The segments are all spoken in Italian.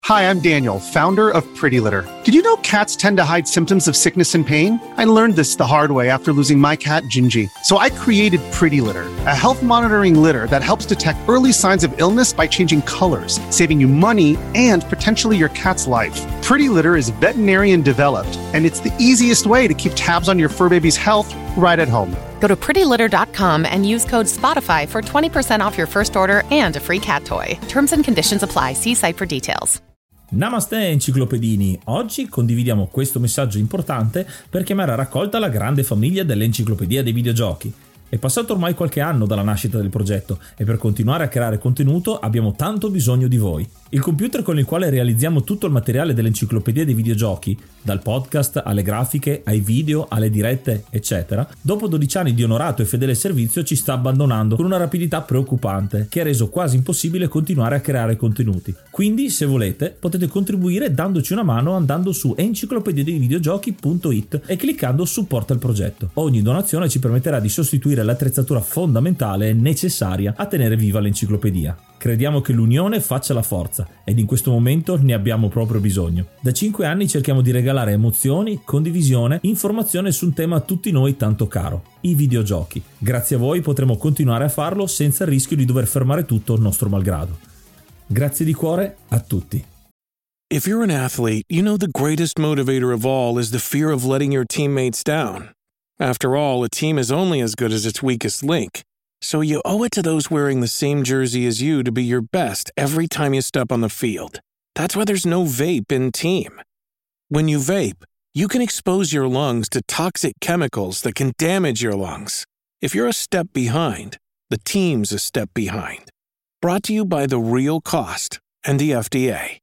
Hi, I'm Daniel, founder of Pretty Litter. Did you know cats tend to hide symptoms of sickness and pain? I learned this the hard way after losing my cat, Gingy. So I created Pretty Litter, a health monitoring litter that helps detect early signs of illness by changing colors, saving you money and potentially your cat's life. Pretty Litter is veterinarian developed, and it's the easiest way to keep tabs on your fur baby's health right at home. Go to prettylitter.com and use code SPOTIFY for 20% off your first order and a free cat toy. Terms and conditions apply. See site for details. Namaste enciclopedini, oggi condividiamo questo messaggio importante per chiamare a raccolta la grande famiglia dell'Enciclopedia dei Videogiochi. È passato ormai qualche anno dalla nascita del progetto e per continuare a creare contenuto abbiamo tanto bisogno di voi. Il computer con il quale realizziamo tutto il materiale dell'Enciclopedia dei Videogiochi, dal podcast alle grafiche, ai video, alle dirette, eccetera, dopo 12 anni di onorato e fedele servizio ci sta abbandonando con una rapidità preoccupante che ha reso quasi impossibile continuare a creare contenuti. Quindi, se volete, potete contribuire dandoci una mano andando su enciclopediadeivideogiochi.it e cliccando supporta il progetto. Ogni donazione ci permetterà di sostituire l'attrezzatura fondamentale e necessaria a tenere viva l'enciclopedia. Crediamo che l'unione faccia la forza ed in questo momento ne abbiamo proprio bisogno. Da 5 anni cerchiamo di regalare emozioni, condivisione, informazione su un tema a tutti noi tanto caro, i videogiochi. Grazie a voi potremo continuare a farlo senza il rischio di dover fermare tutto nostro malgrado. Grazie di cuore a tutti. If you're an athlete, you know the greatest motivator of all is the fear of letting your teammates down. After all, a team is only as good as its weakest link. So you owe it to those wearing the same jersey as you to be your best every time you step on the field. That's why there's no vape in team. When you vape, you can expose your lungs to toxic chemicals that can damage your lungs. If you're a step behind, the team's a step behind. Brought to you by The Real Cost and the FDA.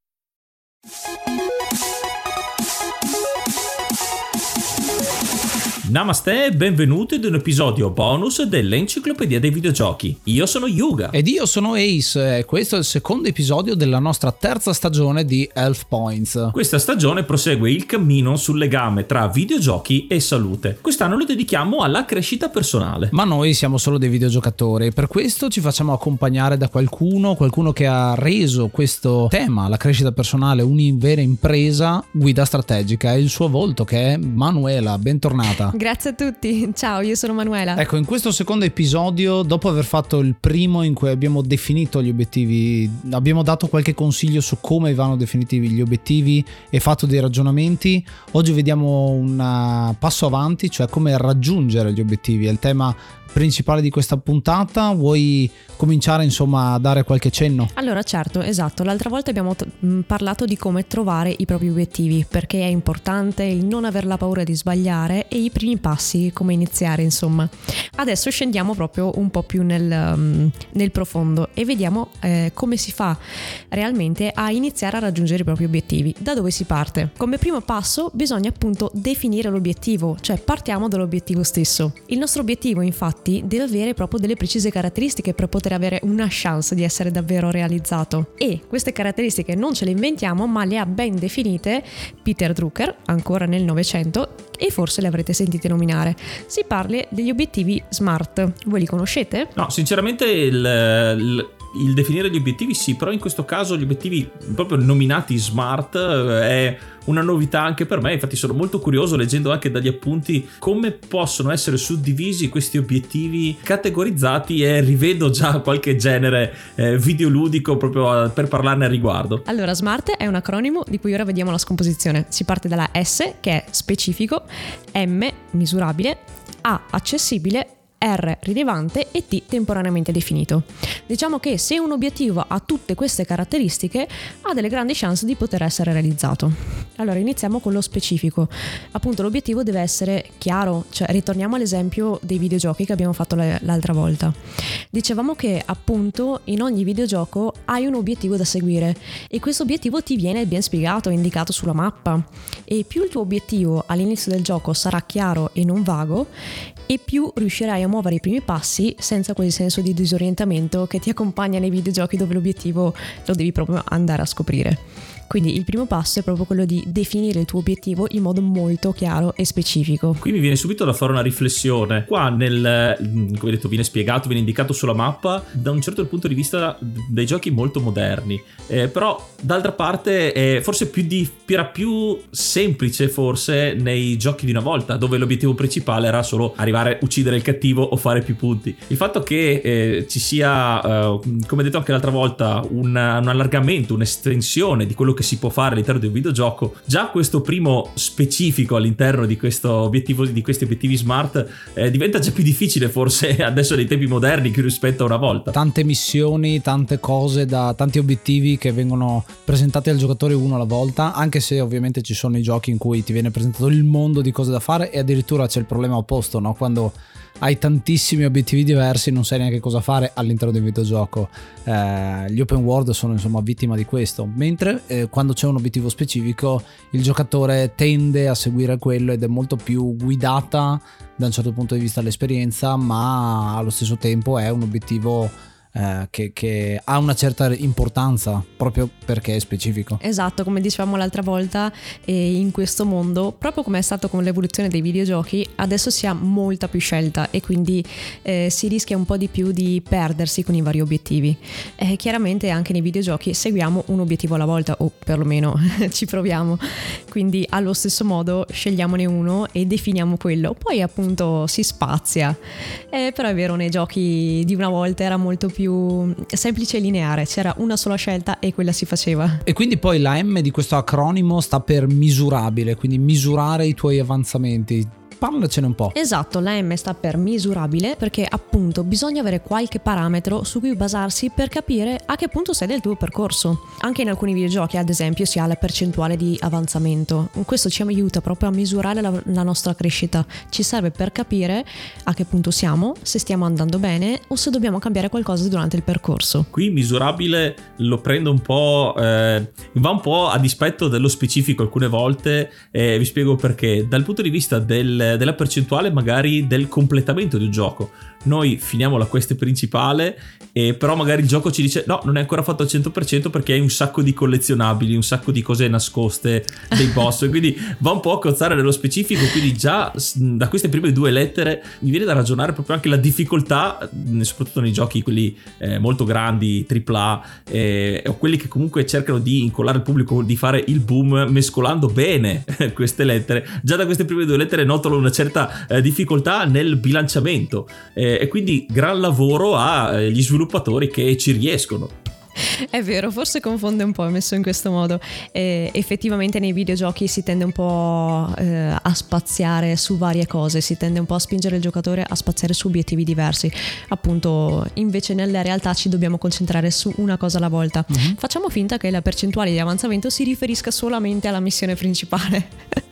Namaste e benvenuti ad un episodio bonus dell'Enciclopedia dei Videogiochi. Io sono Yuga. Ed io sono Ace e questo è il secondo episodio della nostra terza stagione di Health Points. Questa stagione prosegue il cammino sul legame tra videogiochi e salute. Quest'anno lo dedichiamo alla crescita personale. Ma noi siamo solo dei videogiocatori e per questo ci facciamo accompagnare da qualcuno che ha reso questo tema, la crescita personale, una vera impresa, guida strategica. È il suo volto che è Manuela, bentornata. Grazie a tutti, ciao, io sono Manuela. Ecco, in questo secondo episodio, dopo aver fatto il primo in cui abbiamo definito gli obiettivi, abbiamo dato qualche consiglio su come vanno definiti gli obiettivi e fatto dei ragionamenti, oggi vediamo un passo avanti, cioè come raggiungere gli obiettivi. È il tema principale di questa puntata. Vuoi cominciare insomma a dare qualche cenno? Allora certo, esatto, l'altra volta abbiamo parlato di come trovare i propri obiettivi, perché è importante il non aver la paura di sbagliare e i primi passi, come iniziare insomma. Adesso scendiamo proprio un po' più nel profondo e vediamo come si fa realmente a iniziare a raggiungere i propri obiettivi. Da dove si parte? Come primo passo bisogna appunto definire l'obiettivo, cioè partiamo dall'obiettivo stesso. Il nostro obiettivo infatti deve avere proprio delle precise caratteristiche per poter avere una chance di essere davvero realizzato, e queste caratteristiche non ce le inventiamo ma le ha ben definite Peter Drucker ancora nel Novecento e forse le avrete sentite nominare. Si parla degli obiettivi SMART. Voi li conoscete? No, sinceramente il definire gli obiettivi sì, però in questo caso gli obiettivi proprio nominati SMART è una novità anche per me. Infatti sono molto curioso, leggendo anche dagli appunti, come possono essere suddivisi questi obiettivi categorizzati, e rivedo già qualche genere videoludico proprio per parlarne a riguardo. Allora, SMART è un acronimo di cui ora vediamo la scomposizione. Si parte dalla S, che è specifico, M misurabile, A accessibile, R rilevante e T temporaneamente definito. Diciamo che se un obiettivo ha tutte queste caratteristiche ha delle grandi chance di poter essere realizzato. Allora iniziamo con lo specifico. Appunto l'obiettivo deve essere chiaro, cioè ritorniamo all'esempio dei videogiochi che abbiamo fatto l'altra volta. Dicevamo che appunto in ogni videogioco hai un obiettivo da seguire e questo obiettivo ti viene ben spiegato, indicato sulla mappa, e più il tuo obiettivo all'inizio del gioco sarà chiaro e non vago e più riuscirai a muovere i primi passi senza quel senso di disorientamento che ti accompagna nei videogiochi dove l'obiettivo lo devi proprio andare a scoprire. Quindi il primo passo è proprio quello di definire il tuo obiettivo in modo molto chiaro e specifico. Qui mi viene subito da fare una riflessione. Qua come detto, viene spiegato, viene indicato sulla mappa da un certo punto di vista dei giochi molto moderni, però d'altra parte forse era più semplice forse nei giochi di una volta, dove l'obiettivo principale era solo arrivare, uccidere il cattivo o fare più punti. Il fatto che ci sia, come detto anche l'altra volta, un allargamento, un'estensione di quello che si può fare all'interno di un videogioco, già questo primo specifico all'interno di questo obiettivo, di questi obiettivi smart, diventa già più difficile forse adesso nei tempi moderni che rispetto a una volta. Tante missioni, tante cose, tanti obiettivi che vengono presentati al giocatore uno alla volta, anche se ovviamente ci sono i giochi in cui ti viene presentato il mondo di cose da fare, e addirittura c'è il problema opposto, no? Quando hai tantissimi obiettivi diversi non sai neanche cosa fare all'interno di un videogioco. Gli open world sono insomma vittima di questo, mentre quando c'è un obiettivo specifico il giocatore tende a seguire quello ed è molto più guidata da un certo punto di vista l'esperienza, ma allo stesso tempo è un obiettivo che ha una certa importanza proprio perché è specifico. Esatto, come dicevamo l'altra volta, in questo mondo, proprio come è stato con l'evoluzione dei videogiochi, adesso si ha molta più scelta e quindi si rischia un po' di più di perdersi con i vari obiettivi. Chiaramente anche nei videogiochi seguiamo un obiettivo alla volta, o perlomeno ci proviamo, quindi allo stesso modo scegliamone uno e definiamo quello, poi appunto si spazia. Però è vero, nei giochi di una volta era molto più semplice e lineare, c'era una sola scelta e quella si faceva. E quindi poi la M di questo acronimo sta per misurabile, quindi misurare i tuoi avanzamenti. Parlacene un po'. Esatto, la M sta per misurabile perché appunto bisogna avere qualche parametro su cui basarsi per capire a che punto sei del tuo percorso. Anche in alcuni videogiochi, ad esempio, si ha la percentuale di avanzamento. Questo ci aiuta proprio a misurare la nostra crescita. Ci serve per capire a che punto siamo, se stiamo andando bene o se dobbiamo cambiare qualcosa durante il percorso. Qui misurabile lo prendo un po', va un po' a dispetto dello specifico alcune volte, vi spiego perché. Dal punto di vista della percentuale magari del completamento di un gioco, noi finiamo la quest principale e però magari il gioco ci dice no, non è ancora fatto al 100% perché hai un sacco di collezionabili, un sacco di cose nascoste dei boss, quindi va un po' a cozzare nello specifico. Quindi già da queste prime due lettere mi viene da ragionare proprio anche la difficoltà, soprattutto nei giochi quelli molto grandi, AAA, o quelli che comunque cercano di incollare il pubblico, di fare il boom mescolando bene queste lettere. Già da queste prime due lettere noto una certa difficoltà nel bilanciamento, e quindi gran lavoro agli sviluppatori che ci riescono. È vero, forse confonde un po', è messo in questo modo. Effettivamente nei videogiochi si tende un po' a spaziare su varie cose, si tende un po' a spingere il giocatore a spaziare su obiettivi diversi. Appunto, invece nella realtà ci dobbiamo concentrare su una cosa alla volta. Facciamo finta che la percentuale di avanzamento si riferisca solamente alla missione principale.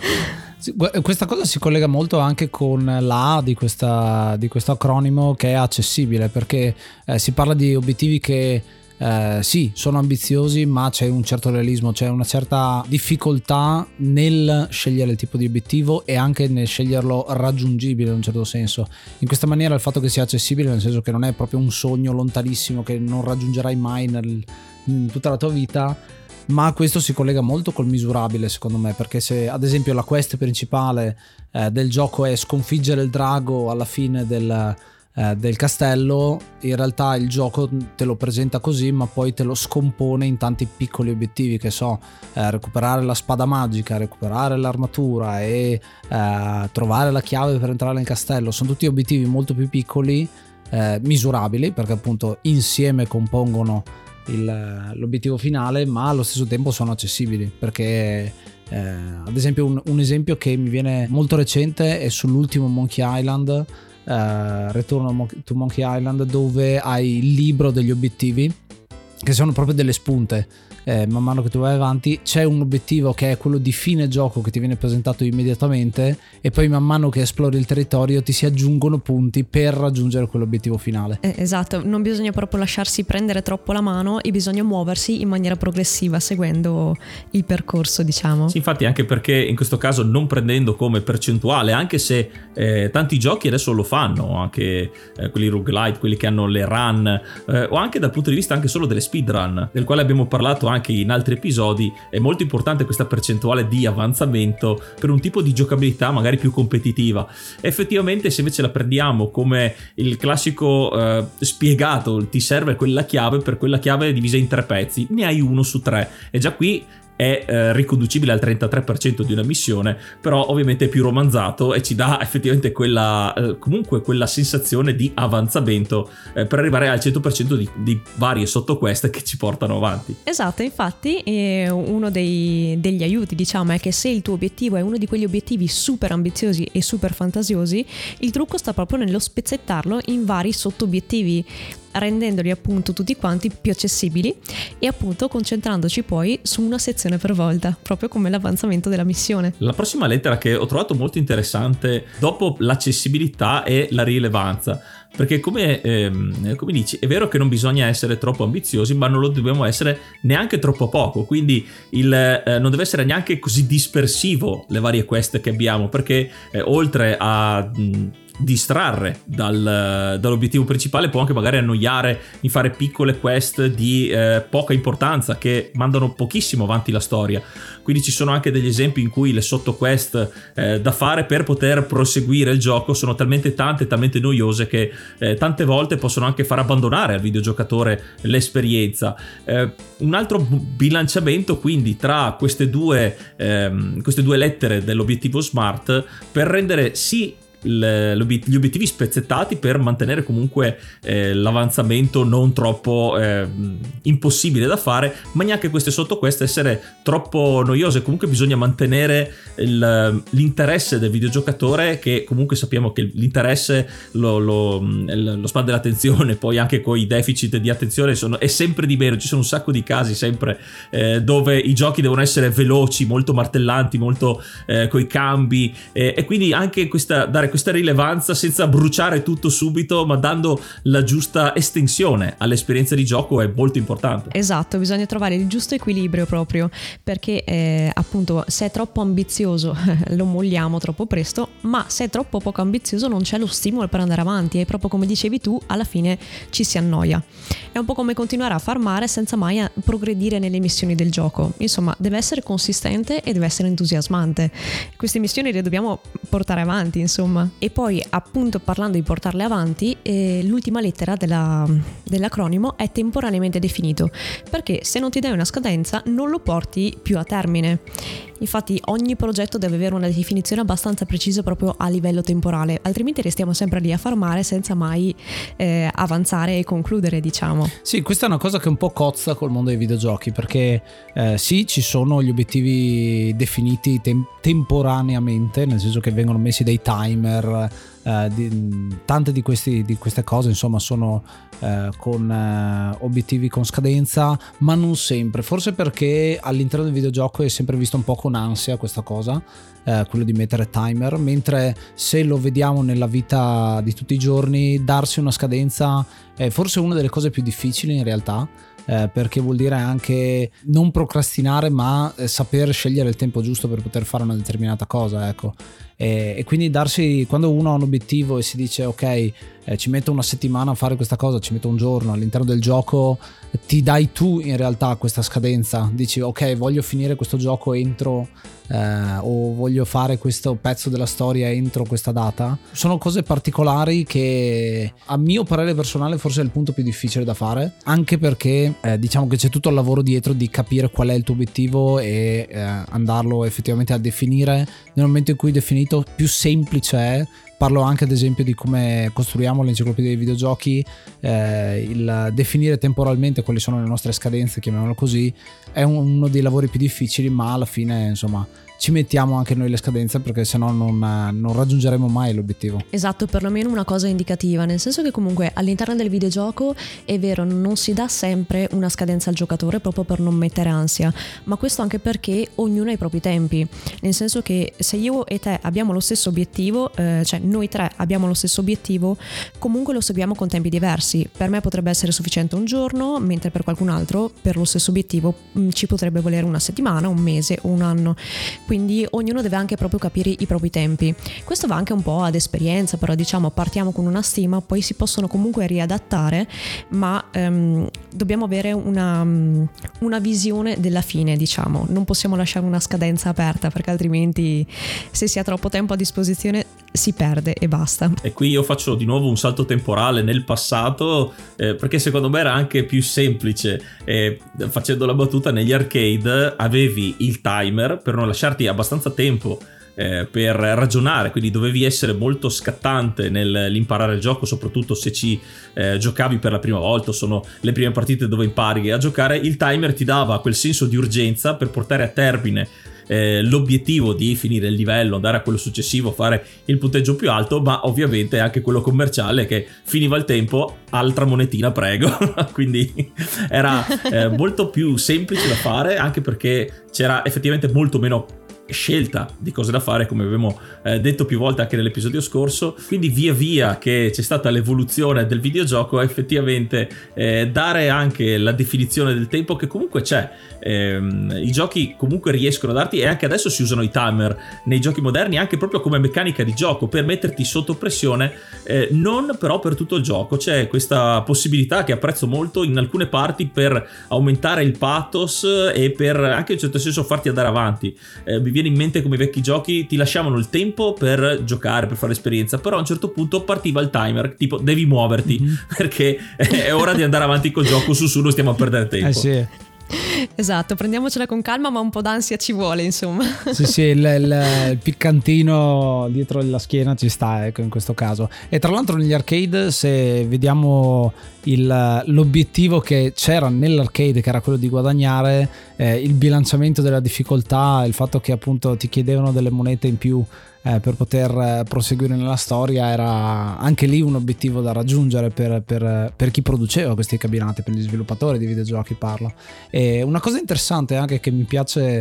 Questa cosa si collega molto anche con la A di questo acronimo, che è accessibile, perché si parla di obiettivi che sì, sono ambiziosi, ma c'è un certo realismo, c'è una certa difficoltà nel scegliere il tipo di obiettivo e anche nel sceglierlo raggiungibile in un certo senso. In questa maniera il fatto che sia accessibile, nel senso che non è proprio un sogno lontanissimo che non raggiungerai mai in tutta la tua vita, ma questo si collega molto col misurabile, secondo me, perché se ad esempio la quest principale del gioco è sconfiggere il drago alla fine del castello, in realtà il gioco te lo presenta così, ma poi te lo scompone in tanti piccoli obiettivi, che so, recuperare la spada magica, recuperare l'armatura e trovare la chiave per entrare nel castello. Sono tutti obiettivi molto più piccoli, misurabili, perché appunto insieme compongono l'obiettivo finale, ma allo stesso tempo sono accessibili, perché ad esempio un esempio che mi viene molto recente è sull'ultimo Monkey Island, Return to Monkey Island, dove hai il libro degli obiettivi che sono proprio delle spunte. Man mano che tu vai avanti c'è un obiettivo che è quello di fine gioco che ti viene presentato immediatamente, e poi man mano che esplori il territorio ti si aggiungono punti per raggiungere quell'obiettivo finale. Esatto, non bisogna proprio lasciarsi prendere troppo la mano e bisogna muoversi in maniera progressiva seguendo il percorso, diciamo. Sì, infatti, anche perché in questo caso non prendendo come percentuale, anche se tanti giochi adesso lo fanno, anche quelli roguelite, quelli che hanno le run, o anche dal punto di vista anche solo delle speedrun, del quale abbiamo parlato anche anche in altri episodi, è molto importante questa percentuale di avanzamento per un tipo di giocabilità magari più competitiva. Effettivamente, se invece la prendiamo come il classico spiegato, ti serve quella chiave, per quella chiave divisa in 3 pezzi, ne hai 1 su 3, e già qui è riconducibile al 33% di una missione, però ovviamente è più romanzato e ci dà effettivamente comunque quella sensazione di avanzamento per arrivare al 100% di varie sottoquest che ci portano avanti. Esatto, infatti uno degli aiuti, diciamo, è che se il tuo obiettivo è uno di quegli obiettivi super ambiziosi e super fantasiosi, il trucco sta proprio nello spezzettarlo in vari sottobiettivi, rendendoli appunto tutti quanti più accessibili e appunto concentrandoci poi su una sezione per volta, proprio come l'avanzamento della missione. La prossima lettera che ho trovato molto interessante dopo l'accessibilità è la rilevanza, perché come dici, è vero che non bisogna essere troppo ambiziosi, ma non lo dobbiamo essere neanche troppo poco, quindi non deve essere neanche così dispersivo le varie quest che abbiamo, perché oltre a distrarre dall'obiettivo principale può anche magari annoiare in fare piccole quest di poca importanza che mandano pochissimo avanti la storia. Quindi ci sono anche degli esempi in cui le sottoquest da fare per poter proseguire il gioco sono talmente tante, talmente noiose che tante volte possono anche far abbandonare al videogiocatore l'esperienza. Un altro bilanciamento quindi tra queste due lettere dell'obiettivo SMART, per rendere sì gli obiettivi spezzettati, per mantenere comunque l'avanzamento non troppo impossibile da fare, ma neanche queste sottoquest essere troppo noiose. Comunque bisogna mantenere l'interesse del videogiocatore, che comunque sappiamo che l'interesse lo spande l'attenzione, poi anche con i deficit di attenzione è sempre di meno. Ci sono un sacco di casi sempre dove i giochi devono essere veloci, molto martellanti, molto coi cambi, e quindi anche dare questa rilevanza senza bruciare tutto subito, ma dando la giusta estensione all'esperienza di gioco è molto importante. Esatto, bisogna trovare il giusto equilibrio, proprio perché appunto se è troppo ambizioso lo molliamo troppo presto, ma se è troppo poco ambizioso non c'è lo stimolo per andare avanti, e proprio come dicevi tu, alla fine ci si annoia. È un po' come continuare a farmare senza mai progredire nelle missioni del gioco. Insomma, deve essere consistente e deve essere entusiasmante. Queste missioni le dobbiamo portare avanti, insomma. E poi, appunto, parlando di portarle avanti, l'ultima lettera dell'acronimo è temporaneamente definito, perché se non ti dai una scadenza non lo porti più a termine. Infatti ogni progetto deve avere una definizione abbastanza precisa proprio a livello temporale, altrimenti restiamo sempre lì a farmare senza mai avanzare e concludere, diciamo. Sì, questa è una cosa che un po' cozza col mondo dei videogiochi, perché sì, ci sono gli obiettivi definiti temporaneamente, nel senso che vengono messi dei timer, tante di queste cose insomma sono con obiettivi con scadenza, ma non sempre, forse perché all'interno del videogioco è sempre visto un po' con ansia questa cosa, quello di mettere timer, mentre se lo vediamo nella vita di tutti i giorni, darsi una scadenza è forse una delle cose più difficili in realtà, perché vuol dire anche non procrastinare, ma saper scegliere il tempo giusto per poter fare una determinata cosa, ecco. E quindi darsi, quando uno ha un obiettivo e si dice ok, ci metto una settimana a fare questa cosa, ci metto un giorno, all'interno del gioco ti dai tu in realtà questa scadenza, dici ok, voglio finire questo gioco entro o voglio fare questo pezzo della storia entro questa data. Sono cose particolari che a mio parere personale forse è il punto più difficile da fare, anche perché diciamo che c'è tutto il lavoro dietro di capire qual è il tuo obiettivo e andarlo effettivamente a definire. Nel momento in cui definito, più semplice è. Parlo anche ad esempio di come costruiamo l'enciclopedia dei videogiochi, il definire temporalmente quali sono le nostre scadenze, chiamiamolo così, è uno dei lavori più difficili, ma alla fine insomma ci mettiamo anche noi le scadenze, perché sennò non raggiungeremo mai l'obiettivo. Esatto, perlomeno una cosa indicativa, nel senso che comunque all'interno del videogioco è vero, non si dà sempre una scadenza al giocatore proprio per non mettere ansia, ma questo anche perché ognuno ha i propri tempi, nel senso che se io e te abbiamo lo stesso obiettivo, cioè noi tre abbiamo lo stesso obiettivo, comunque lo seguiamo con tempi diversi. Per me potrebbe essere sufficiente un giorno, mentre per qualcun altro per lo stesso obiettivo ci potrebbe volere una settimana, un mese o un anno. quindi ognuno deve anche proprio capire i propri tempi. Questo va anche un po' ad esperienza, però diciamo partiamo con una stima, poi si possono comunque riadattare, ma dobbiamo avere una visione della fine, diciamo, non possiamo lasciare una scadenza aperta, perché altrimenti se si ha troppo tempo a disposizione si perde e basta. E qui io faccio di nuovo un salto temporale nel passato, perché secondo me era anche più semplice. Facendo la battuta, negli arcade avevi il timer per non lasciarti abbastanza tempo per ragionare, quindi dovevi essere molto scattante nell'imparare il gioco, soprattutto se ci giocavi per la prima volta, sono le prime partite dove impari a giocare. Il timer ti dava quel senso di urgenza per portare a termine l'obiettivo di finire il livello, andare a quello successivo, fare il punteggio più alto, ma ovviamente anche quello commerciale, che finiva il tempo, altra monetina prego. Quindi era molto più semplice da fare, anche perché c'era effettivamente molto meno scelta di cose da fare, come abbiamo detto più volte anche nell'episodio scorso. Quindi via via che c'è stata l'evoluzione del videogioco, effettivamente dare anche la definizione del tempo, che comunque c'è, i giochi comunque riescono a darti, e anche adesso si usano i timer nei giochi moderni anche proprio come meccanica di gioco, per metterti sotto pressione, non però per tutto il gioco. C'è questa possibilità che apprezzo molto in alcune parti, per aumentare il pathos e per anche in un certo senso farti andare avanti. Mi viene in mente come i vecchi giochi ti lasciavano il tempo per giocare, per fare esperienza, però a un certo punto partiva il timer, tipo devi muoverti, perché è ora di andare avanti col gioco, su non stiamo a perdere tempo. Sì. Esatto, prendiamocela con calma, ma un po' d'ansia ci vuole, insomma. Sì, il piccantino dietro la schiena ci sta, ecco, in questo caso. E tra l'altro negli arcade, se vediamo l'obiettivo che c'era nell'arcade, che era quello di guadagnare, il bilanciamento della difficoltà, il fatto che appunto ti chiedevano delle monete in più per poter proseguire nella storia, era anche lì un obiettivo da raggiungere per chi produceva questi cabinati, per gli sviluppatori di videogiochi parlo. E una cosa interessante anche che mi piace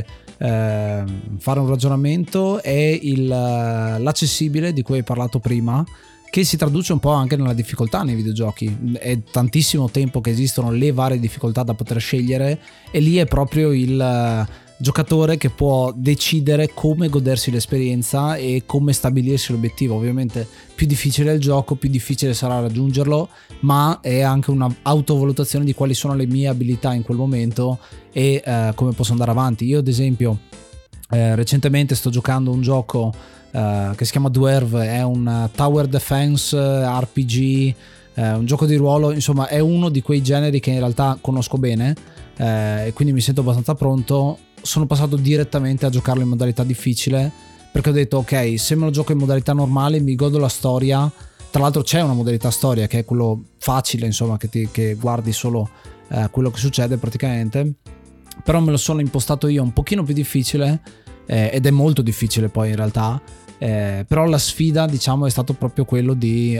fare un ragionamento è l'accessibile di cui hai parlato prima, che si traduce un po' anche nella difficoltà nei videogiochi. È tantissimo tempo che esistono le varie difficoltà da poter scegliere, e lì è proprio il giocatore che può decidere come godersi l'esperienza e come stabilirsi l'obiettivo. Ovviamente più difficile è il gioco, più difficile sarà raggiungerlo, ma è anche una autovalutazione di quali sono le mie abilità in quel momento e come posso andare avanti. Io ad esempio recentemente sto giocando un gioco che si chiama Dwarve, è un tower defense RPG, un gioco di ruolo, insomma è uno di quei generi che in realtà conosco bene, e quindi mi sento abbastanza pronto. Sono passato direttamente a giocarlo in modalità difficile, perché ho detto ok, se me lo gioco in modalità normale mi godo la storia. Tra l'altro c'è una modalità storia che è quello facile, insomma, che guardi solo quello che succede praticamente, però me lo sono impostato io un pochino più difficile, ed è molto difficile poi in realtà, però la sfida, diciamo, è stato proprio quello di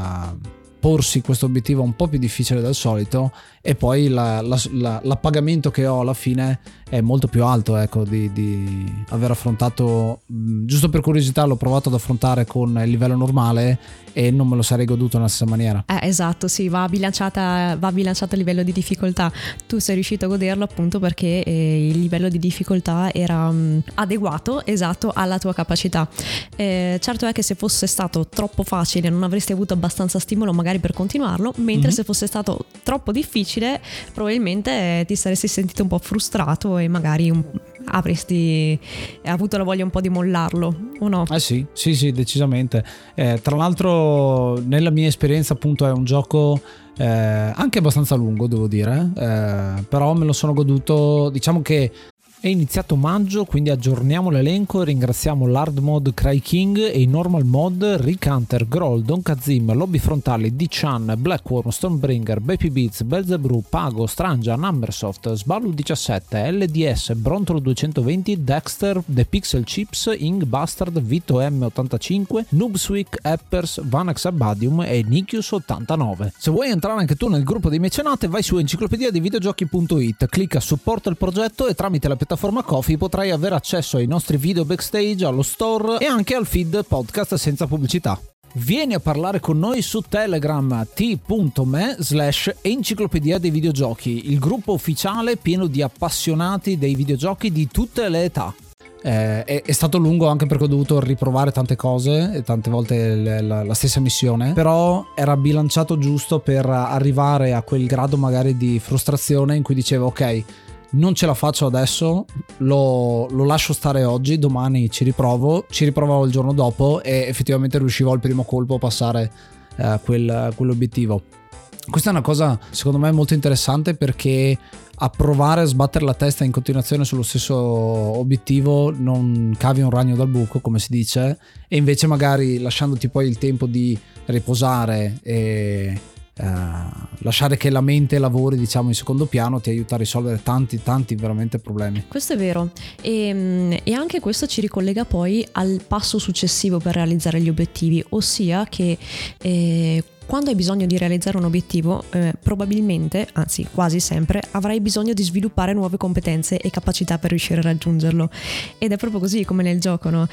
porsi questo obiettivo un po' più difficile del solito, e poi l'appagamento che ho alla fine è molto più alto, ecco, di aver affrontato, giusto per curiosità l'ho provato ad affrontare con il livello normale e non me lo sarei goduto nella stessa maniera. Esatto, sì, va bilanciato il livello di difficoltà. Tu sei riuscito a goderlo appunto perché il livello di difficoltà era adeguato, esatto, alla tua capacità. Certo è che se fosse stato troppo facile non avresti avuto abbastanza stimolo magari per continuarlo, mentre se fosse stato troppo difficile probabilmente ti saresti sentito un po' frustrato e magari avresti avuto la voglia un po' di mollarlo, o no? Sì, decisamente. Tra l'altro nella mia esperienza appunto è un gioco anche abbastanza lungo, devo dire, però me lo sono goduto. Diciamo che è iniziato maggio, quindi aggiorniamo l'elenco e ringraziamo l'hard mod Cry King e i normal mod Rick Hunter, Groll, Don Kazim, Lobby Frontali, D-Chan, Blackworm, Stonebringer, Baby Beats, Belzebrew, Pago, Strangia, Numbersoft, Sballu 17, LDS, Brontolo 220, Dexter, The Pixel Chips, Ing Bastard, Vito M85, Noobswick, Eppers, Vanex Abadium e Nikius 89. Se vuoi entrare anche tu nel gruppo dei mecenate, vai su enciclopediadivideogiochi.it, clicca supporta il progetto e tramite la piattaforma Ko-fi potrai avere accesso ai nostri video backstage, allo store e anche al feed podcast senza pubblicità. Vieni a parlare con noi su Telegram, t.me/enciclopedia dei videogiochi, il gruppo ufficiale pieno di appassionati dei videogiochi di tutte le età. È stato lungo anche perché ho dovuto riprovare tante cose e tante volte la stessa missione, però era bilanciato giusto per arrivare a quel grado magari di frustrazione in cui dicevo ok, non ce la faccio adesso, lo lascio stare oggi, domani ci riprovavo il giorno dopo e effettivamente riuscivo al primo colpo a passare quell'obiettivo. Questa è una cosa secondo me molto interessante, perché a provare a sbattere la testa in continuazione sullo stesso obiettivo non cavi un ragno dal buco, come si dice, e invece magari lasciandoti poi il tempo di riposare e lasciare che la mente lavori diciamo in secondo piano ti aiuta a risolvere tanti veramente problemi. Questo è vero, e anche questo ci ricollega poi al passo successivo per realizzare gli obiettivi, ossia che quando hai bisogno di realizzare un obiettivo, probabilmente, anzi quasi sempre, avrai bisogno di sviluppare nuove competenze e capacità per riuscire a raggiungerlo. Ed è proprio così come nel gioco, no?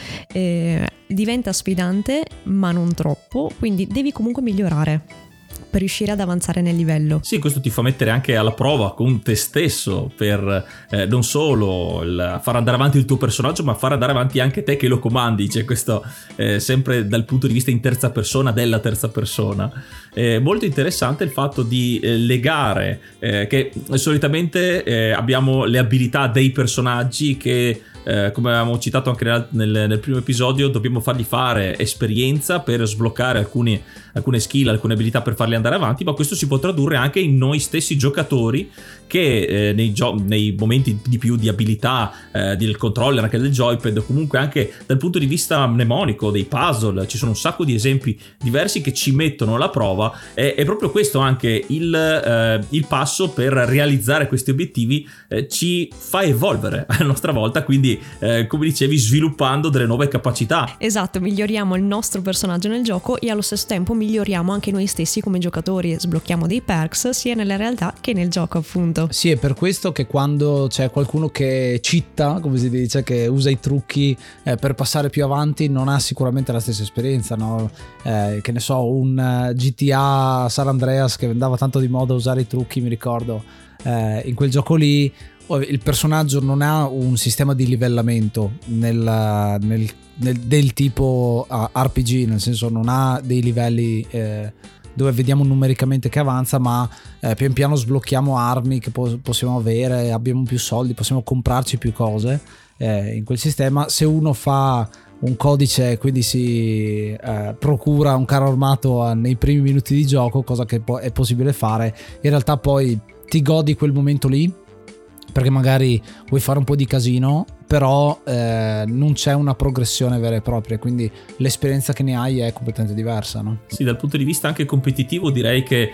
Diventa sfidante, ma non troppo, quindi devi comunque migliorare per riuscire ad avanzare nel livello. Sì, questo ti fa mettere anche alla prova con te stesso per non solo far andare avanti il tuo personaggio, ma far andare avanti anche te che lo comandi. Cioè questo sempre dal punto di vista in terza persona, della terza persona. Molto interessante il fatto di legare che solitamente abbiamo le abilità dei personaggi che come avevamo citato anche nel primo episodio, dobbiamo fargli fare esperienza per sbloccare alcune skill, alcune abilità per farli andare avanti, ma questo si può tradurre anche in noi stessi giocatori che nei momenti di più di abilità del controller, anche del joypad, o comunque anche dal punto di vista mnemonico dei puzzle, ci sono un sacco di esempi diversi che ci mettono alla prova. È proprio questo anche il passo per realizzare questi obiettivi, ci fa evolvere a nostra volta, quindi come dicevi, sviluppando delle nuove capacità. Esatto, miglioriamo il nostro personaggio nel gioco e allo stesso tempo miglioriamo anche noi stessi come giocatori, sblocchiamo dei perks sia nella realtà che nel gioco, appunto. Sì, è per questo che quando c'è qualcuno che cheata, come si dice, che usa i trucchi per passare più avanti, non ha sicuramente la stessa esperienza, no? Che ne so, un GTA San Andreas che andava tanto di moda a usare i trucchi, mi ricordo, in quel gioco lì il personaggio non ha un sistema di livellamento del tipo RPG, nel senso non ha dei livelli dove vediamo numericamente che avanza, ma pian piano sblocchiamo armi che possiamo avere, abbiamo più soldi, possiamo comprarci più cose in quel sistema. Se uno fa un codice, quindi si procura un carro armato nei primi minuti di gioco, cosa che è possibile fare, in realtà poi ti godi quel momento lì perché magari vuoi fare un po' di casino, però non c'è una progressione vera e propria, quindi l'esperienza che ne hai è completamente diversa, no? Sì, dal punto di vista anche competitivo direi che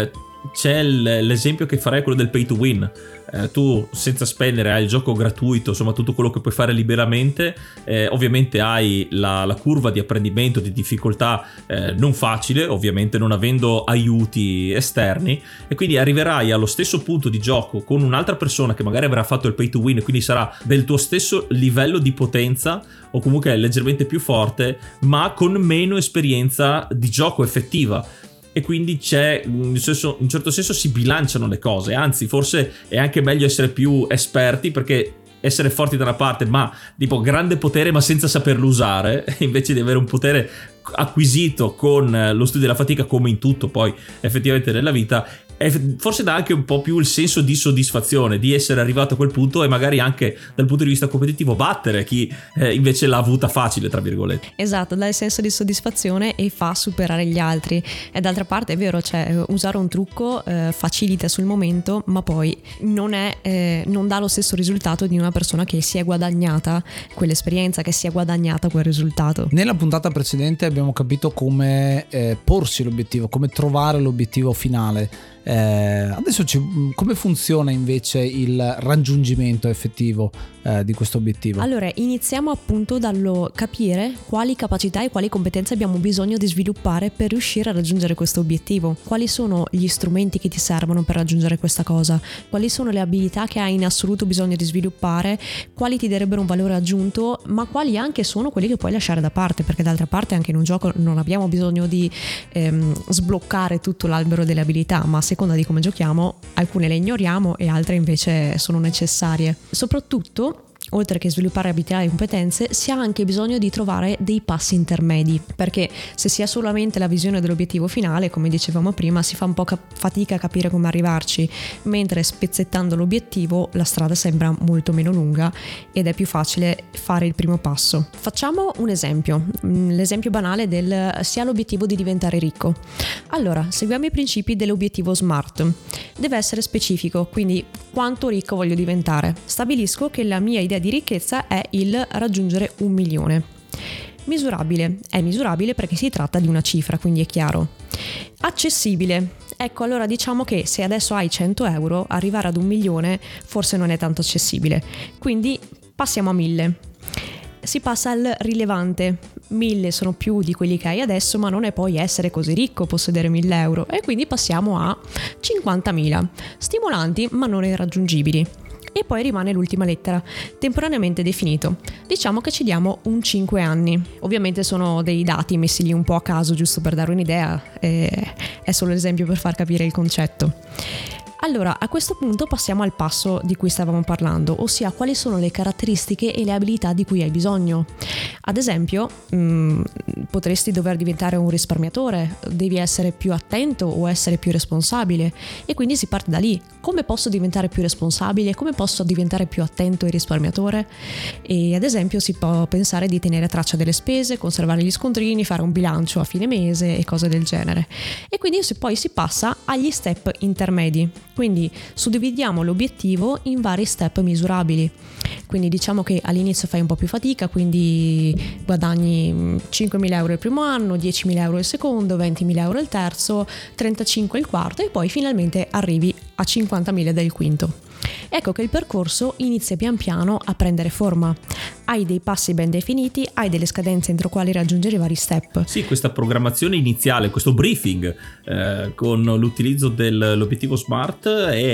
c'è l'esempio che farei, quello del pay to win. Tu senza spendere hai il gioco gratuito, insomma tutto quello che puoi fare liberamente, ovviamente hai la curva di apprendimento, di difficoltà non facile, ovviamente non avendo aiuti esterni, e quindi arriverai allo stesso punto di gioco con un'altra persona che magari avrà fatto il pay to win e quindi sarà del tuo stesso livello di potenza o comunque leggermente più forte, ma con meno esperienza di gioco effettiva. E quindi c'è in un certo senso si bilanciano le cose, anzi forse è anche meglio essere più esperti, perché essere forti da una parte ma tipo grande potere ma senza saperlo usare, invece di avere un potere acquisito con lo studio della fatica, come in tutto poi effettivamente nella vita, forse dà anche un po' più il senso di soddisfazione di essere arrivato a quel punto e magari anche dal punto di vista competitivo battere chi invece l'ha avuta facile, tra virgolette. Esatto, dà il senso di soddisfazione e fa superare gli altri. E d'altra parte è vero, cioè usare un trucco facilita sul momento, ma poi non dà lo stesso risultato di una persona che si è guadagnata quell'esperienza, che si è guadagnata quel risultato. Nella puntata precedente abbiamo capito come porsi l'obiettivo, come trovare l'obiettivo finale. Adesso come funziona invece il raggiungimento effettivo di questo obiettivo? Allora, iniziamo appunto dallo capire quali capacità e quali competenze abbiamo bisogno di sviluppare per riuscire a raggiungere questo obiettivo. Quali sono gli strumenti che ti servono per raggiungere questa cosa? Quali sono le abilità che hai in assoluto bisogno di sviluppare? Quali ti darebbero un valore aggiunto? Ma quali anche sono quelli che puoi lasciare da parte? Perché d'altra parte anche in un gioco non abbiamo bisogno di sbloccare tutto l'albero delle abilità, ma a seconda di come giochiamo alcune le ignoriamo e altre invece sono necessarie. Soprattutto oltre che sviluppare abilità e competenze, si ha anche bisogno di trovare dei passi intermedi, perché se si ha solamente la visione dell'obiettivo finale, come dicevamo prima, si fa un po' fatica a capire come arrivarci, mentre spezzettando l'obiettivo la strada sembra molto meno lunga ed è più facile fare il primo passo. Facciamo un esempio, l'esempio banale del si ha l'obiettivo di diventare ricco. Allora, seguiamo i principi dell'obiettivo SMART. Deve essere specifico, quindi quanto ricco voglio diventare. Stabilisco che la mia idea di ricchezza è il raggiungere 1 milione. Misurabile, è misurabile perché si tratta di una cifra, quindi è chiaro. Accessibile. Ecco, allora diciamo che se adesso hai 100 euro, arrivare ad 1 milione forse non è tanto accessibile, quindi passiamo a 1000. Si passa al rilevante. 1000 sono più di quelli che hai adesso, ma non è poi essere così ricco possedere 1000 euro, e quindi passiamo a 50.000. Stimolanti ma non irraggiungibili. E poi rimane l'ultima lettera, temporaneamente definito. Diciamo che ci diamo un 5 anni. Ovviamente sono dei dati messi lì un po' a caso, giusto per dare un'idea, è solo l'esempio per far capire il concetto. Allora, a questo punto passiamo al passo di cui stavamo parlando, ossia quali sono le caratteristiche e le abilità di cui hai bisogno. Ad esempio, potresti dover diventare un risparmiatore, devi essere più attento o essere più responsabile, e quindi si parte da lì. Come posso diventare più responsabile? Come posso diventare più attento e risparmiatore? E ad esempio si può pensare di tenere traccia delle spese, conservare gli scontrini, fare un bilancio a fine mese e cose del genere. E quindi poi si passa agli step intermedi. Quindi suddividiamo l'obiettivo in vari step misurabili. Quindi diciamo che all'inizio fai un po' più fatica, quindi guadagni 5.000 euro il primo anno, 10.000 euro il secondo, 20.000 euro il terzo, 35 il quarto, e poi finalmente arrivi a 50.000 del quinto. Ecco che il percorso inizia pian piano a prendere forma. Hai dei passi ben definiti, hai delle scadenze entro quali raggiungere i vari step. Sì, questa programmazione iniziale, questo briefing con l'utilizzo dell'obiettivo SMART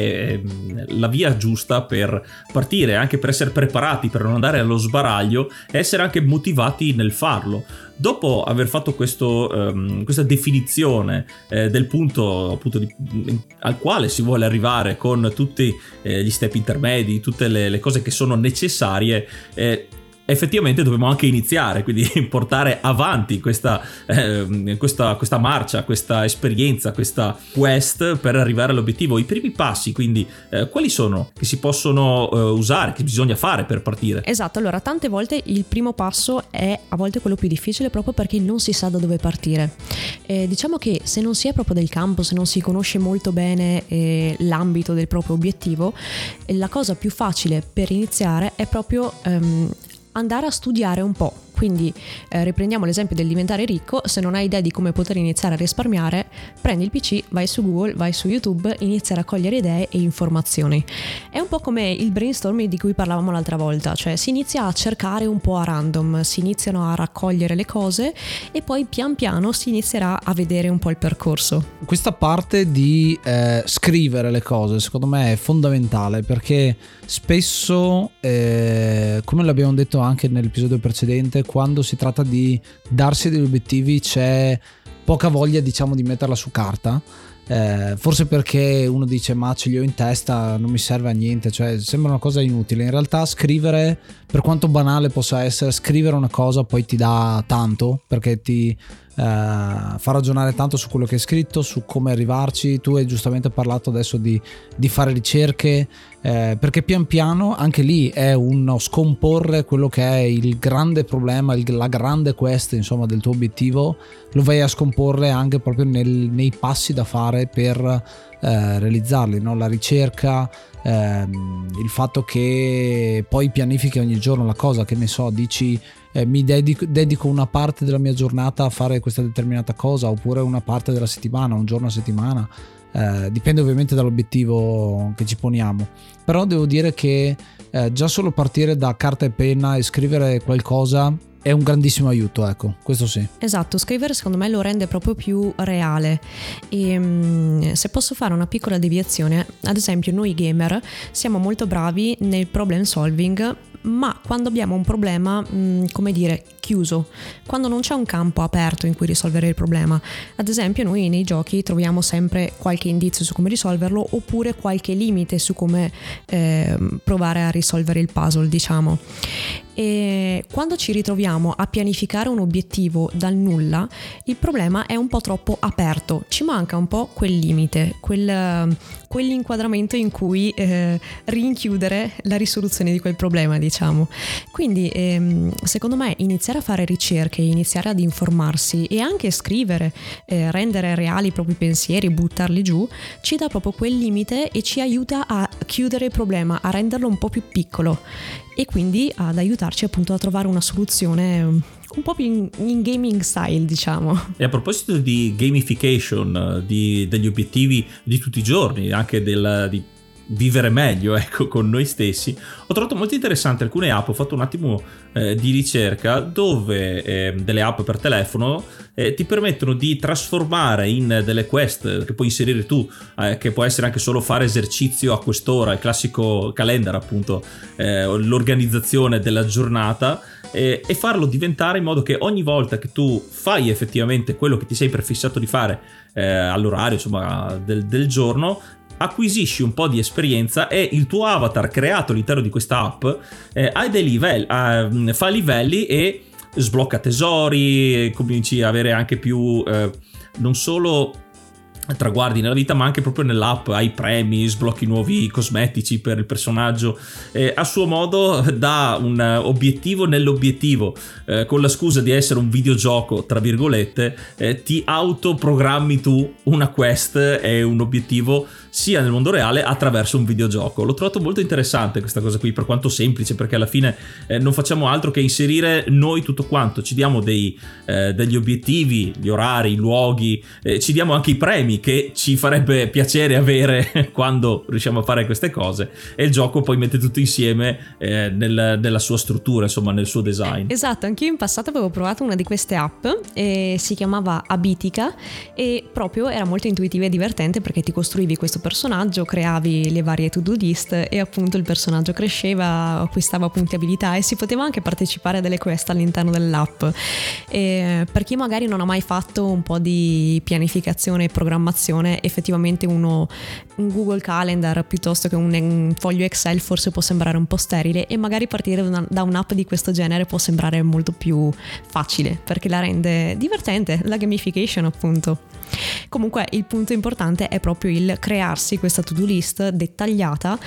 è la via giusta per partire, anche per essere preparati, per non andare allo sbaraglio e essere anche motivati nel farlo. Dopo aver fatto questa definizione del punto appunto al quale si vuole arrivare con tutti gli step intermedi, tutte le cose che sono necessarie, effettivamente dobbiamo anche iniziare, quindi portare avanti questa marcia, questa esperienza, questa quest per arrivare all'obiettivo. I primi passi, quindi quali sono che si possono usare, che bisogna fare per partire? Esatto, allora tante volte il primo passo è a volte quello più difficile proprio perché non si sa da dove partire. Diciamo che se non si è proprio del campo, se non si conosce molto bene l'ambito del proprio obiettivo, la cosa più facile per iniziare è proprio andare a studiare un po'. Quindi riprendiamo l'esempio del diventare ricco. Se non hai idea di come poter iniziare a risparmiare, prendi il PC, vai su Google, vai su YouTube, inizia a raccogliere idee e informazioni. È un po' come il brainstorming di cui parlavamo l'altra volta, cioè si inizia a cercare un po' a random, si iniziano a raccogliere le cose e poi pian piano si inizierà a vedere un po' il percorso. Questa parte di scrivere le cose secondo me è fondamentale, perché spesso, come l'abbiamo detto anche nell'episodio precedente, quando si tratta di darsi degli obiettivi c'è poca voglia, diciamo, di metterla su carta, forse perché uno dice ma ce li ho in testa, non mi serve a niente, cioè sembra una cosa inutile. In realtà scrivere, per quanto banale possa essere, scrivere una cosa poi ti dà tanto, perché ti fa ragionare tanto su quello che hai scritto, su come arrivarci. Tu hai giustamente parlato adesso di fare ricerche, perché pian piano anche lì è uno scomporre quello che è il grande problema, la grande quest, insomma, del tuo obiettivo, lo vai a scomporre anche proprio nei passi da fare per realizzarli, no? La ricerca, il fatto che poi pianifichi ogni giorno la cosa, che ne so, dici mi dedico una parte della mia giornata a fare questa determinata cosa, oppure una parte della settimana, un giorno a settimana, dipende ovviamente dall'obiettivo che ci poniamo. Però devo dire che già solo partire da carta e penna e scrivere qualcosa è un grandissimo aiuto, ecco, questo sì. Esatto, scrivere secondo me lo rende proprio più reale. E se posso fare una piccola deviazione, ad esempio noi gamer siamo molto bravi nel problem solving, ma quando abbiamo un problema, come dire, chiuso, quando non c'è un campo aperto in cui risolvere il problema. Ad esempio, noi nei giochi troviamo sempre qualche indizio su come risolverlo, oppure qualche limite su come provare a risolvere il puzzle, diciamo. E quando ci ritroviamo a pianificare un obiettivo dal nulla, il problema è un po' troppo aperto, ci manca un po' quel limite, quell'inquadramento in cui rinchiudere la risoluzione di quel problema, diciamo. Quindi secondo me iniziare a fare ricerche, iniziare ad informarsi e anche scrivere, rendere reali i propri pensieri, buttarli giù, ci dà proprio quel limite e ci aiuta a chiudere il problema, a renderlo un po' più piccolo e quindi ad aiutarci appunto a trovare una soluzione un po' più in gaming style, diciamo. E a proposito di gamification, degli obiettivi di tutti i giorni, anche di vivere meglio, ecco, con noi stessi, ho trovato molto interessante alcune app. Ho fatto un attimo di ricerca dove delle app per telefono ti permettono di trasformare in delle quest che puoi inserire tu, che può essere anche solo fare esercizio a quest'ora, il classico calendar appunto, l'organizzazione della giornata, e farlo diventare in modo che ogni volta che tu fai effettivamente quello che ti sei prefissato di fare all'orario, insomma, del giorno, acquisisci un po' di esperienza e il tuo avatar creato all'interno di questa app ha dei livelli, fa livelli e sblocca tesori, cominci a avere anche più non solo traguardi nella vita, ma anche proprio nell'app hai premi, sblocchi nuovi cosmetici per il personaggio, a suo modo dà un obiettivo nell'obiettivo, con la scusa di essere un videogioco tra virgolette, ti autoprogrammi tu una quest e un obiettivo sia nel mondo reale attraverso un videogioco. L'ho trovato molto interessante questa cosa qui, per quanto semplice, perché alla fine non facciamo altro che inserire noi tutto quanto, ci diamo degli obiettivi, gli orari, i luoghi, ci diamo anche i premi che ci farebbe piacere avere quando riusciamo a fare queste cose, e il gioco poi mette tutto insieme nella sua struttura, insomma, nel suo design. Esatto, anch'io in passato avevo provato una di queste app e si chiamava Abitica, e proprio era molto intuitiva e divertente perché ti costruivi questo personaggio, creavi le varie to-do list e appunto il personaggio cresceva, acquistava punti abilità e si poteva anche partecipare a delle quest all'interno dell'app. E per chi magari non ha mai fatto un po' di pianificazione e programmazione, effettivamente un Google Calendar piuttosto che un foglio Excel forse può sembrare un po' sterile, e magari partire da un'app di questo genere può sembrare molto più facile perché la rende divertente, la gamification appunto. Comunque il punto importante è proprio il crearsi questa to-do list dettagliata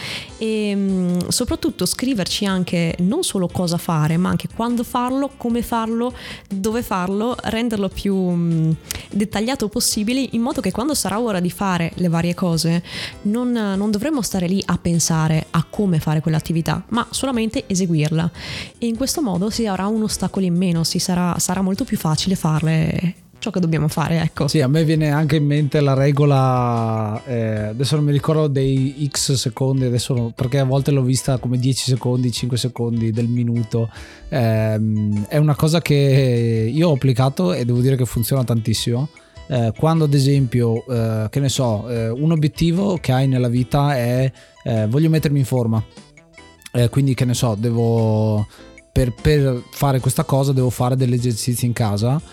e soprattutto scriverci anche non solo cosa fare, ma anche quando farlo, come farlo, dove farlo, renderlo più dettagliato possibile, in modo che quando sarà ora di fare le varie cose non dovremo stare lì a pensare a come fare quell'attività, ma solamente eseguirla, e in questo modo si avrà un ostacolo in meno, sarà molto più facile fare ciò che dobbiamo fare, ecco. Sì, a me viene anche in mente la regola, adesso non mi ricordo dei X secondi, adesso perché a volte l'ho vista come 10 secondi, 5 secondi del minuto, è una cosa che io ho applicato e devo dire che funziona tantissimo. Quando ad esempio, che ne so, un obiettivo che hai nella vita è voglio mettermi in forma, quindi che ne so, devo per fare questa cosa devo fare degli esercizi in casa,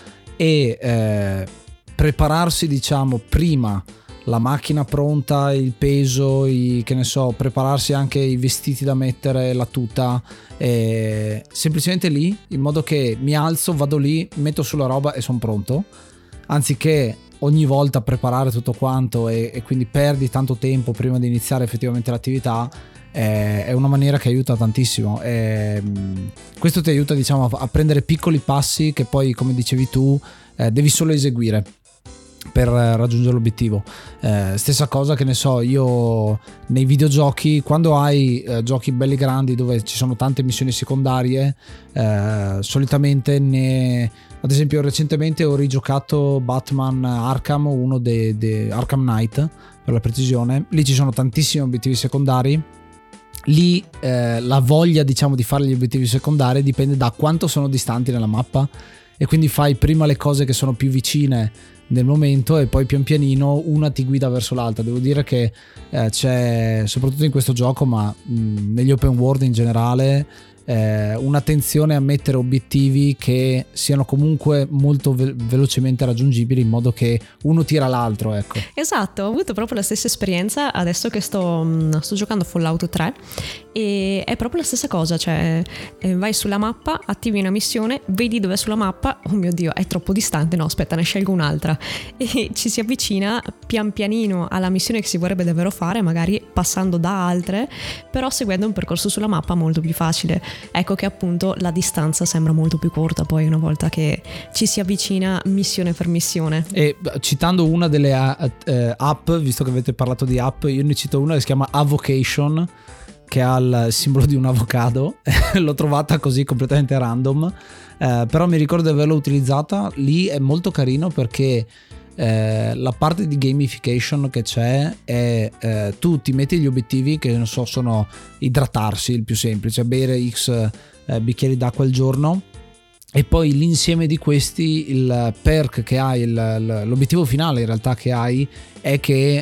e prepararsi, diciamo, prima la macchina pronta, il peso, che ne so, prepararsi anche i vestiti da mettere, la tuta, semplicemente lì, in modo che mi alzo, vado lì, metto sulla roba e sono pronto, anziché ogni volta preparare tutto quanto e quindi perdi tanto tempo prima di iniziare effettivamente l'attività. È una maniera che aiuta tantissimo, questo ti aiuta, diciamo, a prendere piccoli passi che poi, come dicevi tu, devi solo eseguire per raggiungere l'obiettivo. Stessa cosa, che ne so, io nei videogiochi, quando hai giochi belli grandi dove ci sono tante missioni secondarie, solitamente ad esempio recentemente ho rigiocato Batman Arkham, uno Arkham Knight per la precisione. Lì ci sono tantissimi obiettivi secondari. Lì la voglia, diciamo, di fare gli obiettivi secondari dipende da quanto sono distanti nella mappa, e quindi fai prima le cose che sono più vicine nel momento e poi pian pianino una ti guida verso l'altra. Devo dire che c'è, soprattutto in questo gioco, ma negli open world in generale, un'attenzione a mettere obiettivi che siano comunque molto velocemente raggiungibili, in modo che uno tira l'altro, ecco. Esatto, ho avuto proprio la stessa esperienza adesso che sto giocando Fallout 3, e è proprio la stessa cosa, cioè vai sulla mappa, attivi una missione, vedi dov'è sulla mappa, oh mio Dio, è troppo distante, no aspetta, ne scelgo un'altra, e ci si avvicina pian pianino alla missione che si vorrebbe davvero fare, magari passando da altre, però seguendo un percorso sulla mappa molto più facile. Ecco che appunto la distanza sembra molto più corta poi una volta che ci si avvicina missione per missione. E citando una delle app, visto che avete parlato di app, io ne cito una che si chiama Avocation, che ha il simbolo di un avocado. L'ho trovata così completamente random, però mi ricordo di averla utilizzata. Lì è molto carino perché la parte di gamification che c'è è tu ti metti gli obiettivi che non so, sono idratarsi, il più semplice, bere X bicchieri d'acqua al giorno, e poi l'insieme di questi, il perk che hai, l'obiettivo finale in realtà che hai è che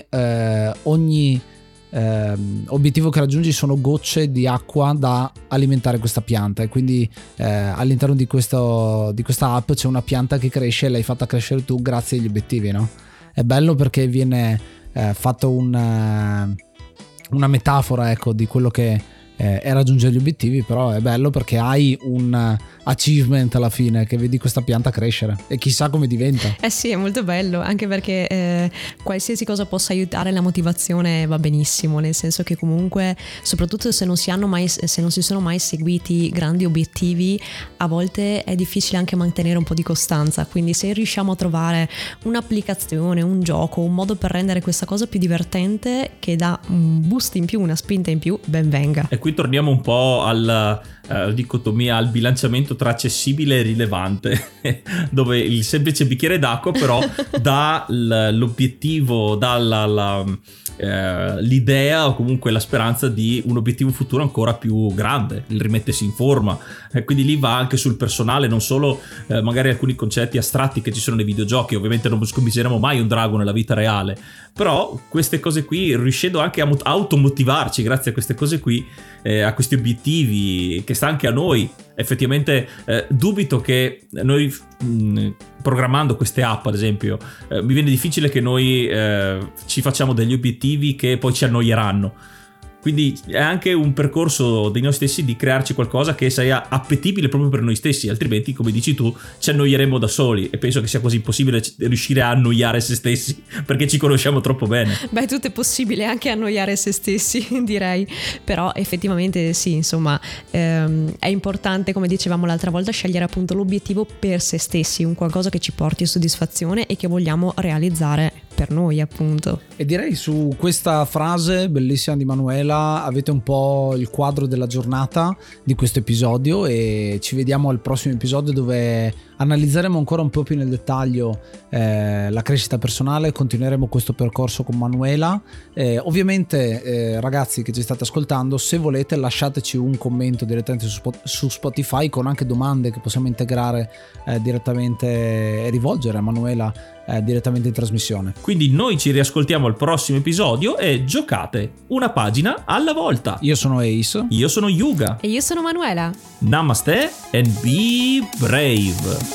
ogni obiettivo che raggiungi sono gocce di acqua da alimentare questa pianta, e quindi all'interno di questa app c'è una pianta che cresce e l'hai fatta crescere tu grazie agli obiettivi, no? È bello perché viene fatto una metafora, ecco, di quello che è raggiungere gli obiettivi, però è bello perché hai un achievement alla fine, che vedi questa pianta crescere e chissà come diventa. Sì, è molto bello, anche perché qualsiasi cosa possa aiutare la motivazione va benissimo, nel senso che comunque, soprattutto se non si sono mai seguiti grandi obiettivi, a volte è difficile anche mantenere un po' di costanza, quindi se riusciamo a trovare un'applicazione, un gioco, un modo per rendere questa cosa più divertente, che dà un boost in più, una spinta in più, ben venga. E qui torniamo un po' alla dicotomia, al bilanciamento tra accessibile e rilevante, dove il semplice bicchiere d'acqua però dà l'obiettivo, dà l'idea o comunque la speranza di un obiettivo futuro ancora più grande, il rimettersi in forma, quindi lì va anche sul personale, non solo magari alcuni concetti astratti che ci sono nei videogiochi. Ovviamente non sconfiggeremo mai un drago nella vita reale, però queste cose qui, riuscendo anche a automotivarci grazie a queste cose qui, a questi obiettivi, che sta anche a noi. Effettivamente dubito che noi programmando queste app, ad esempio, mi viene difficile che noi ci facciamo degli obiettivi che poi ci annoieranno. Quindi è anche un percorso dei noi stessi di crearci qualcosa che sia appetibile proprio per noi stessi, altrimenti, come dici tu, ci annoieremo da soli, e penso che sia quasi impossibile riuscire a annoiare se stessi, perché ci conosciamo troppo bene. Beh, tutto è possibile, anche annoiare se stessi, direi. Però effettivamente sì, insomma, è importante, come dicevamo l'altra volta, scegliere appunto l'obiettivo per se stessi, un qualcosa che ci porti soddisfazione e che vogliamo realizzare per noi, appunto. E direi, su questa frase bellissima di Manuela, avete un po' il quadro della giornata di questo episodio, e ci vediamo al prossimo episodio, dove analizzeremo ancora un po' più nel dettaglio la crescita personale. Continueremo questo percorso con Manuela. Ovviamente ragazzi che ci state ascoltando, se volete lasciateci un commento direttamente su Spotify, con anche domande che possiamo integrare direttamente e rivolgere a Manuela direttamente in trasmissione. Quindi noi ci riascoltiamo al prossimo episodio, e giocate una pagina alla volta. Io sono Ace. Io sono Yuga. E io sono Manuela. Namaste and be brave.